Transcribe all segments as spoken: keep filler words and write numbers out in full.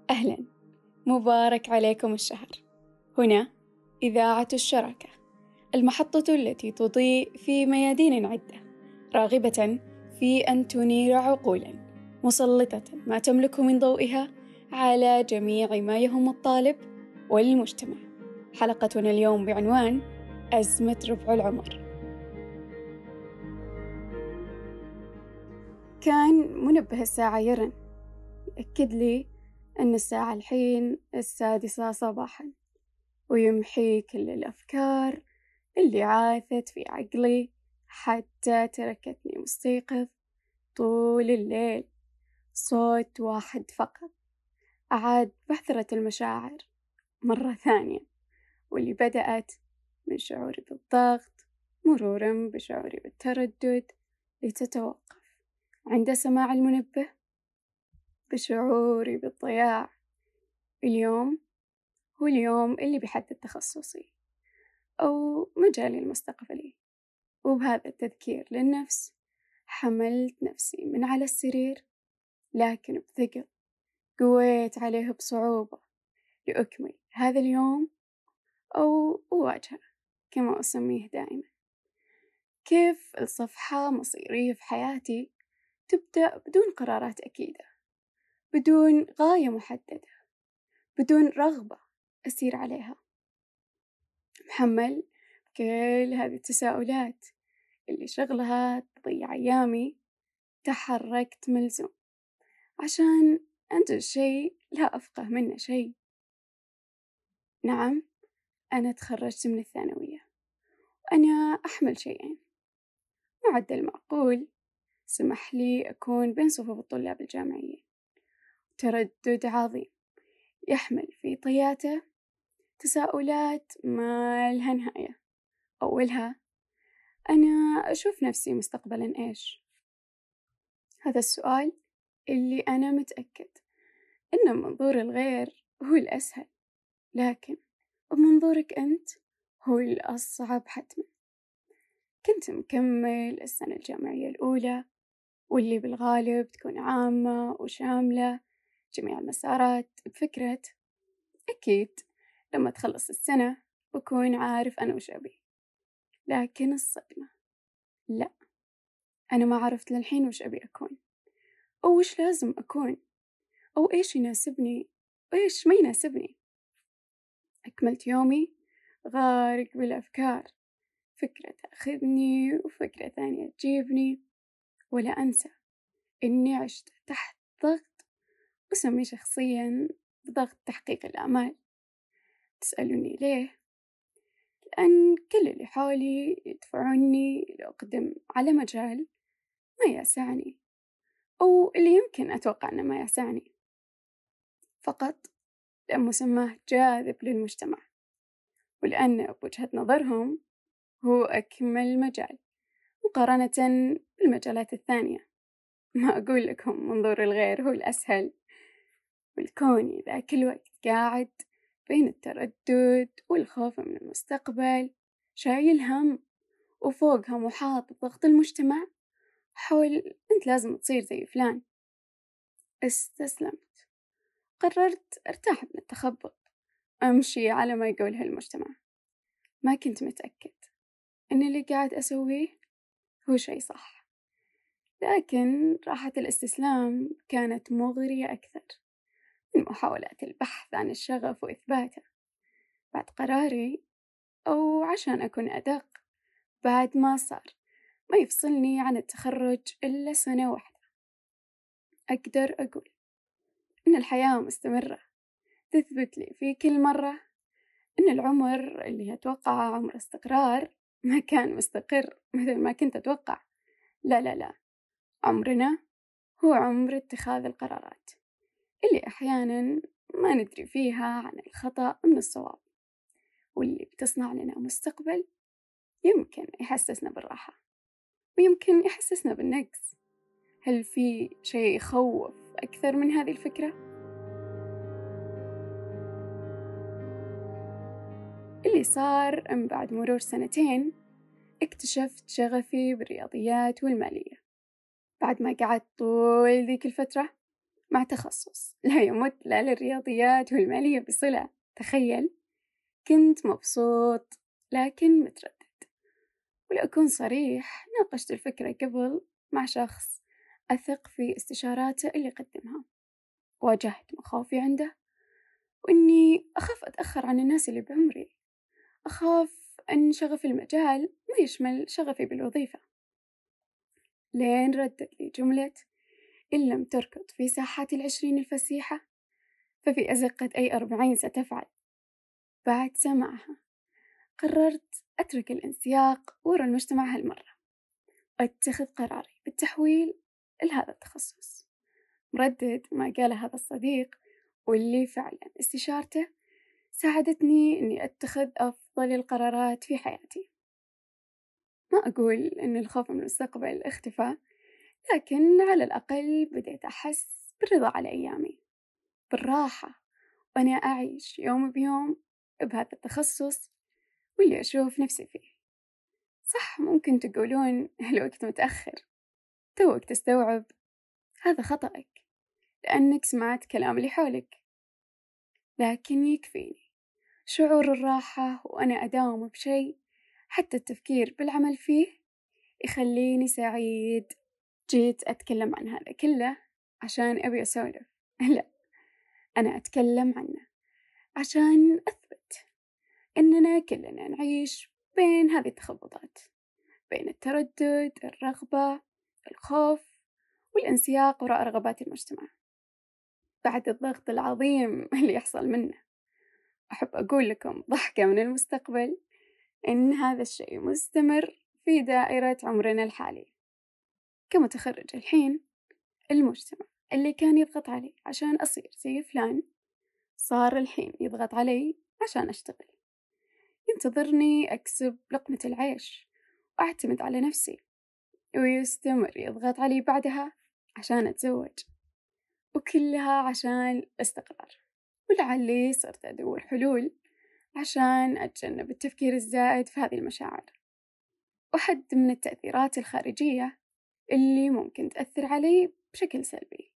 أهلاً، مبارك عليكم الشهر. هنا إذاعة الشراكة، المحطة التي تضيء في ميادين عدة، راغبة في أن تنير عقولاً، مسلطة ما تملك من ضوئها على جميع ما يهم الطالب والمجتمع. حلقتنا اليوم بعنوان أزمة ربع العمر. كان منبه الساعة يرن يأكد لي أن الساعة الحين السادسة صباحاً، ويمحي كل الأفكار اللي عاثت في عقلي حتى تركتني مستيقظ طول الليل. صوت واحد فقط أعاد بحثرة المشاعر مرة ثانية، واللي بدأت من شعوري بالضغط مرورا بشعوري بالتردد، لتتوقف عند سماع المنبه بشعوري بالضياع. اليوم هو اليوم اللي بيحدد تخصصي أو مجالي المستقبلي، وبهذا التذكير للنفس حملت نفسي من على السرير، لكن بثقل قويت عليه بصعوبة لأكمل هذا اليوم أو أواجهه كما أسميه دائما. كيف الصفحة مصيرية في حياتي تبدأ بدون قرارات أكيدة، بدون غاية محددة، بدون رغبة أسير عليها، محمل كل هذه التساؤلات اللي شغلها تضيع أيامي. تحركت ملزوم عشان أنتج شيء لا أفقه منه شيء. نعم، أنا تخرجت من الثانوية وأنا أحمل شيئين: معدل معقول سمح لي أكون بين صفوف الطلاب الجامعيين، تردد عظيم يحمل في طياته تساؤلات ما لها نهاية. أولها، أنا أشوف نفسي مستقبلاً إيش؟ هذا السؤال اللي أنا متأكد إن منظور الغير هو الأسهل، لكن بمنظورك أنت هو الأصعب حتماً. كنت مكمل السنة الجامعية الأولى، واللي بالغالب تكون عامة وشاملة جميع المسارات، بفكرة أكيد لما تخلص السنة بكون عارف أنا وش أبي. لكن الصدمة، لا، أنا ما عرفت للحين وش أبي أكون، أو وش لازم أكون، أو إيش يناسبني وإيش ما يناسبني. أكملت يومي غارق بالأفكار، فكرة تأخذني وفكرة ثانية تجيبني، ولا أنسى إني عشت تحت ضغط أسمي شخصياً بضغط تحقيق الآمال. تسألوني ليه؟ لأن كل اللي حولي يدفعوني لأقدم على مجال ما يسعني، أو اللي يمكن أتوقع أنه ما يسعني، فقط لأن مسماه جاذب للمجتمع، ولأن بوجهة نظرهم هو أكمل مجال مقارنة بالمجالات الثانية. ما أقول لكم منظور الغير هو الأسهل، والكوني ذاك الوقت قاعد بين التردد والخوف من المستقبل، شايل هم وفوقها محاط بضغط المجتمع حول أنت لازم تصير زي فلان. استسلمت، قررت أرتاح من التخبط، أمشي على ما يقوله المجتمع. ما كنت متأكد أن اللي قاعد أسويه هو شيء صح، لكن راحة الاستسلام كانت مغرية أكثر من محاولات البحث عن الشغف وإثباته. بعد قراري، أو عشان أكون أدق، بعد ما صار ما يفصلني عن التخرج إلا سنة واحدة، أقدر أقول إن الحياة مستمرة تثبت لي في كل مرة إن العمر اللي أتوقعه عمر استقرار ما كان مستقر مثل ما كنت أتوقع. لا لا لا، عمرنا هو عمر اتخاذ القرارات اللي أحياناً ما ندري فيها عن الخطأ من الصواب، واللي بتصنع لنا مستقبل يمكن يحسسنا بالراحة ويمكن يحسسنا بالنقص. هل في شيء يخوف أكثر من هذه الفكرة؟ اللي صار أن بعد مرور سنتين اكتشفت شغفي بالرياضيات والمالية. بعد ما قعدت طول ذيك الفترة مع تخصص لا يمت لا للرياضيات والمالية بصلة. تخيل، كنت مبسوط لكن متردد. ولأكون صريح، ناقشت الفكرة قبل مع شخص أثق في استشاراته اللي قدمها، واجهت مخاوفي عنده، وإني أخاف أتأخر عن الناس اللي بعمري، أخاف أن شغف المجال ما يشمل شغفي بالوظيفة. لين ردت لي جملة: إن لم تركض في ساحات العشرين الفسيحة ففي أزقة أي أربعين ستفعل. بعد سماعها قررت أترك الانسياق ورا المجتمع هالمرة، وأتخذ قراري بالتحويل لهذا التخصص، مردد ما قال هذا الصديق واللي فعلا استشارته ساعدتني أني أتخذ أفضل القرارات في حياتي. ما أقول أن الخوف من المستقبل اختفى، لكن على الأقل بديت أحس بالرضا على أيامي، بالراحة، وأنا أعيش يوم بيوم بهذا التخصص واللي أشوف نفسي فيه. صح، ممكن تقولون الوقت متأخر، توك تستوعب. هذا خطأك، لأنك سمعت كلام اللي حولك، لكن يكفيني شعور الراحة وأنا أداوم بشيء حتى التفكير بالعمل فيه يخليني سعيد. جيت أتكلم عن هذا كله عشان أبي أسولف؟ لا، أنا أتكلم عنه عشان أثبت إننا كلنا نعيش بين هذه التخبطات، بين التردد، الرغبة، الخوف، والانسياق وراء رغبات المجتمع. بعد الضغط العظيم اللي يحصل منه، أحب أقول لكم ضحكة من المستقبل إن هذا الشيء مستمر في دائرة عمرنا الحالي. كمتخرج الحين، المجتمع اللي كان يضغط علي عشان أصير زي فلان صار الحين يضغط علي عشان أشتغل، ينتظرني أكسب لقمة العيش وأعتمد على نفسي، ويستمر يضغط علي بعدها عشان أتزوج، وكلها عشان الاستقرار. ولعلي صرت أدور حلول عشان أتجنب التفكير الزائد في هذه المشاعر. وحد من التأثيرات الخارجية اللي ممكن تأثر علي بشكل سلبي.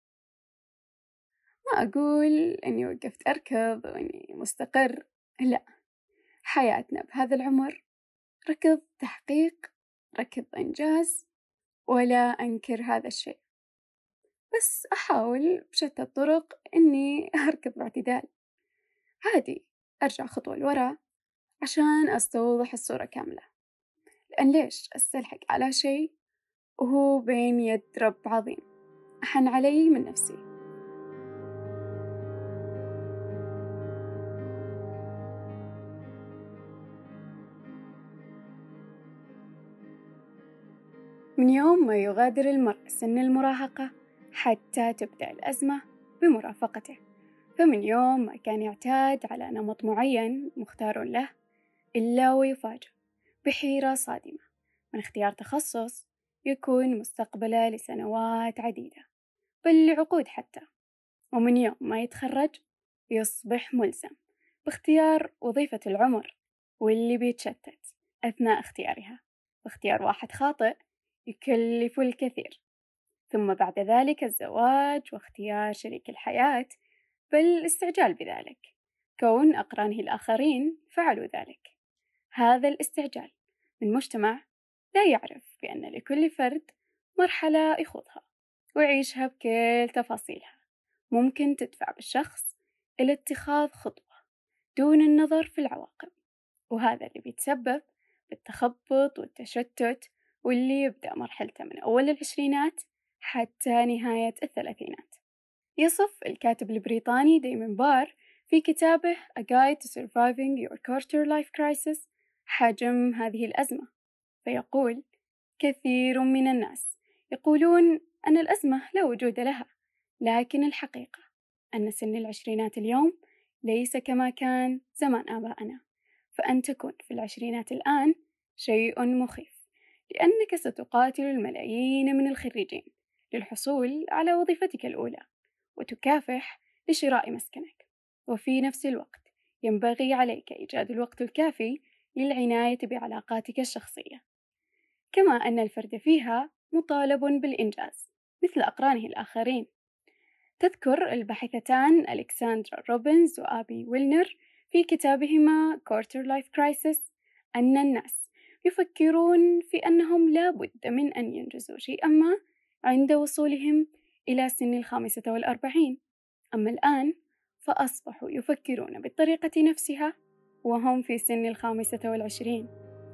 ما أقول أني وقفت أركض وأني مستقر، لا، حياتنا بهذا العمر ركض تحقيق، ركض إنجاز، ولا أنكر هذا الشيء، بس أحاول بشتى الطرق أني أركض باعتدال. عادي أرجع خطوة لورا عشان أستوضح الصورة كاملة، لأن ليش أستلحق على شيء وهو بين يد رب عظيم أحن علي من نفسي. من يوم ما يغادر المرء سن المراهقة حتى تبدأ الأزمة بمرافقته، فمن يوم ما كان يعتاد على نمط معين مختار له، إلا ويفاجأ بحيرة صادمة من اختيار تخصص يكون مستقبله لسنوات عديدة، بل لعقود حتى. ومن يوم ما يتخرج يصبح ملزم باختيار وظيفة العمر، واللي بيتشتت أثناء اختيارها، واختيار واحد خاطئ يكلف الكثير. ثم بعد ذلك الزواج واختيار شريك الحياة، بل الاستعجال بذلك كون أقرانه الآخرين فعلوا ذلك. هذا الاستعجال من مجتمع لا يعرف بأن لكل فرد مرحلة يخوضها ويعيشها بكل تفاصيلها، ممكن تدفع بالشخص إلى اتخاذ خطوة دون النظر في العواقب، وهذا اللي بيتسبب بالتخبط والتشتت، واللي يبدأ مرحلته من أول العشرينات حتى نهاية الثلاثينات. يصف الكاتب البريطاني ديمون بار في كتابه A Guide to Surviving Your Quarter Life Crisis حجم هذه الأزمة، فيقول: كثير من الناس يقولون أن الأزمة لا وجود لها، لكن الحقيقة أن سن العشرينات اليوم ليس كما كان زمان آبائنا. فأن تكون في العشرينات الآن شيء مخيف، لأنك ستقاتل الملايين من الخريجين للحصول على وظيفتك الأولى، وتكافح لشراء مسكنك. وفي نفس الوقت ينبغي عليك إيجاد الوقت الكافي للعناية بعلاقاتك الشخصية، كما أن الفرد فيها مطالب بالإنجاز مثل أقرانه الآخرين. تذكر الباحثتان ألكسندرا روبنز وآبي ويلنر في كتابهما Quarter Life Crisis أن الناس يفكرون في أنهم لا بد من أن ينجزوا شيئا ما عند وصولهم إلى سن الخامسة والأربعين، أما الآن فأصبحوا يفكرون بالطريقة نفسها وهم في سن الخامسة والعشرين.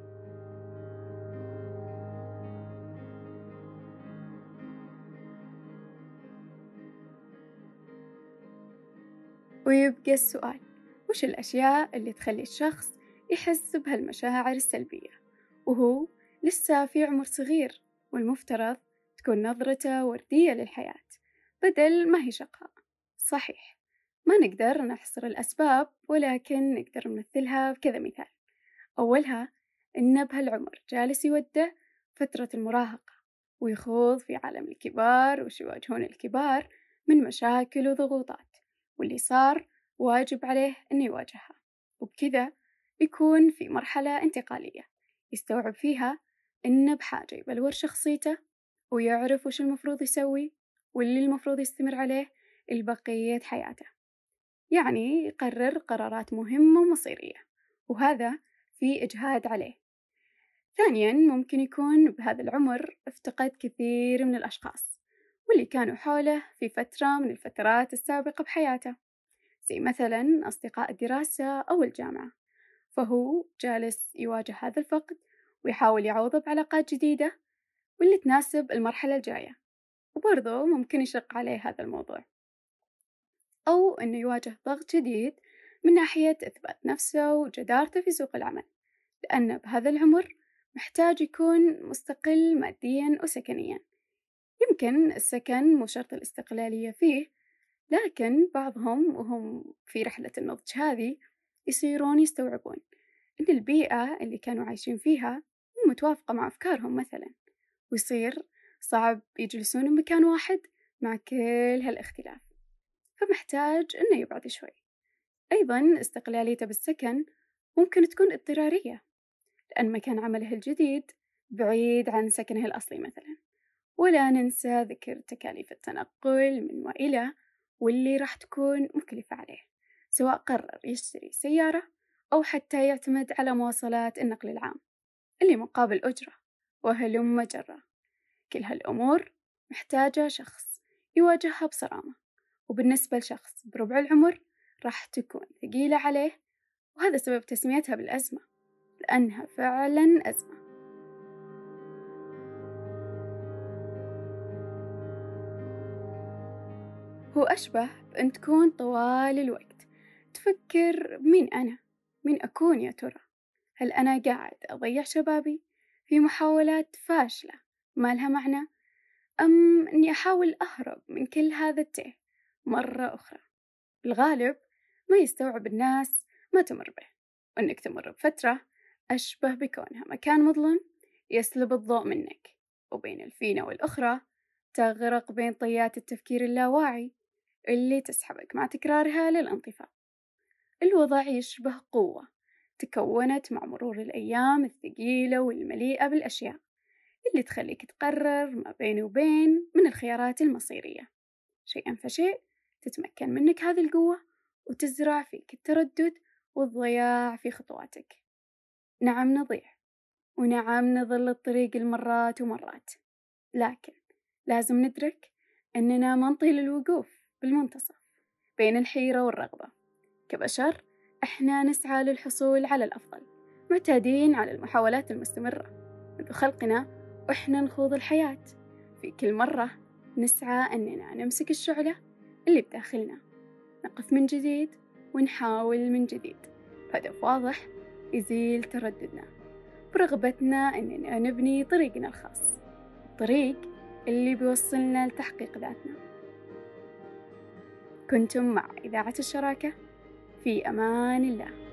ويبقى السؤال، وش الأشياء اللي تخلي الشخص يحس بهالمشاعر السلبية وهو لسه في عمر صغير، والمفترض تكون نظرته وردية للحياة بدل ما هي شقاء؟ صحيح ما نقدر نحصر الأسباب، ولكن نقدر نمثلها بكذا مثال. أولها إن بهالعمر جالس يوده فترة المراهقة ويخوض في عالم الكبار وش يواجهون الكبار من مشاكل وضغوطات، واللي صار واجب عليه إنه يواجهها، وبكذا يكون في مرحلة انتقالية يستوعب فيها إنه بحاجة يبلور شخصيته ويعرف وش المفروض يسوي واللي المفروض يستمر عليه البقية حياته، يعني يقرر قرارات مهمة ومصيرية، وهذا في إجهاد عليه. ثانياً ممكن يكون بهذا العمر افتقد كثير من الأشخاص واللي كانوا حوله في فترة من الفترات السابقة بحياته، زي مثلاً أصدقاء الدراسة أو الجامعة، فهو جالس يواجه هذا الفقد ويحاول يعوضه بعلاقات جديدة واللي تناسب المرحلة الجاية، وبرضه ممكن يشق عليه هذا الموضوع، أو أنه يواجه ضغط جديد من ناحية إثبات نفسه وجدارته في سوق العمل، لأنه بهذا العمر محتاج يكون مستقل مادياً وسكنياً. يمكن السكن مو شرط الاستقلالية فيه، لكن بعضهم وهم في رحلة النضج هذه يصيرون يستوعبون إن البيئة اللي كانوا عايشين فيها مو متوافقة مع أفكارهم مثلاً، ويصير صعب يجلسون بمكان واحد مع كل هالاختلاف، فمحتاج إنه يبعد شوي. أيضاً استقلاليته بالسكن ممكن تكون اضطرارية، لأن مكان عمله الجديد بعيد عن سكنه الأصلي مثلاً، ولا ننسى ذكر تكاليف التنقل من وإلى واللي راح تكون مكلفة عليه، سواء قرر يشتري سيارة أو حتى يعتمد على مواصلات النقل العام اللي مقابل أجرة وهلم جرة. كل هالأمور محتاجة شخص يواجهها بصرامة، وبالنسبة لشخص بربع العمر راح تكون ثقيلة عليه، وهذا سبب تسميتها بالأزمة، لأنها فعلاً أزمة. هو أشبه بأن تكون طوال الوقت تفكر مين أنا؟ مين أكون يا ترى؟ هل أنا قاعد أضيع شبابي في محاولات فاشلة ما لها معنى؟ أم أني أحاول أهرب من كل هذا التيه مرة أخرى؟ بالغالب ما يستوعب الناس ما تمر به، وأنك تمر بفترة أشبه بكونها مكان مظلم يسلب الضوء منك، وبين الفينة والأخرى تغرق بين طيات التفكير اللاواعي اللي تسحبك مع تكرارها للانطفاء. الوضع يشبه قوة تكونت مع مرور الأيام الثقيلة والمليئة بالأشياء اللي تخليك تقرر ما بين وبين من الخيارات المصيرية. شيئاً فشيء تتمكن منك هذه القوة وتزرع فيك التردد والضياع في خطواتك. نعم نضيع، ونعم نظل الطريق المرات ومرات، لكن لازم ندرك أننا ما نطيل الوقوف بالمنتصف بين الحيرة والرغبة. كبشر إحنا نسعى للحصول على الأفضل، معتادين على المحاولات المستمرة منذ خلقنا، وإحنا نخوض الحياة. في كل مرة نسعى أننا نمسك الشعلة اللي بداخلنا، نقف من جديد ونحاول من جديد بهدف واضح يزيل ترددنا، برغبتنا أننا نبني طريقنا الخاص، الطريق اللي بيوصلنا لتحقيق ذاتنا. كنتم مع إذاعة الشراكة، في أمان الله.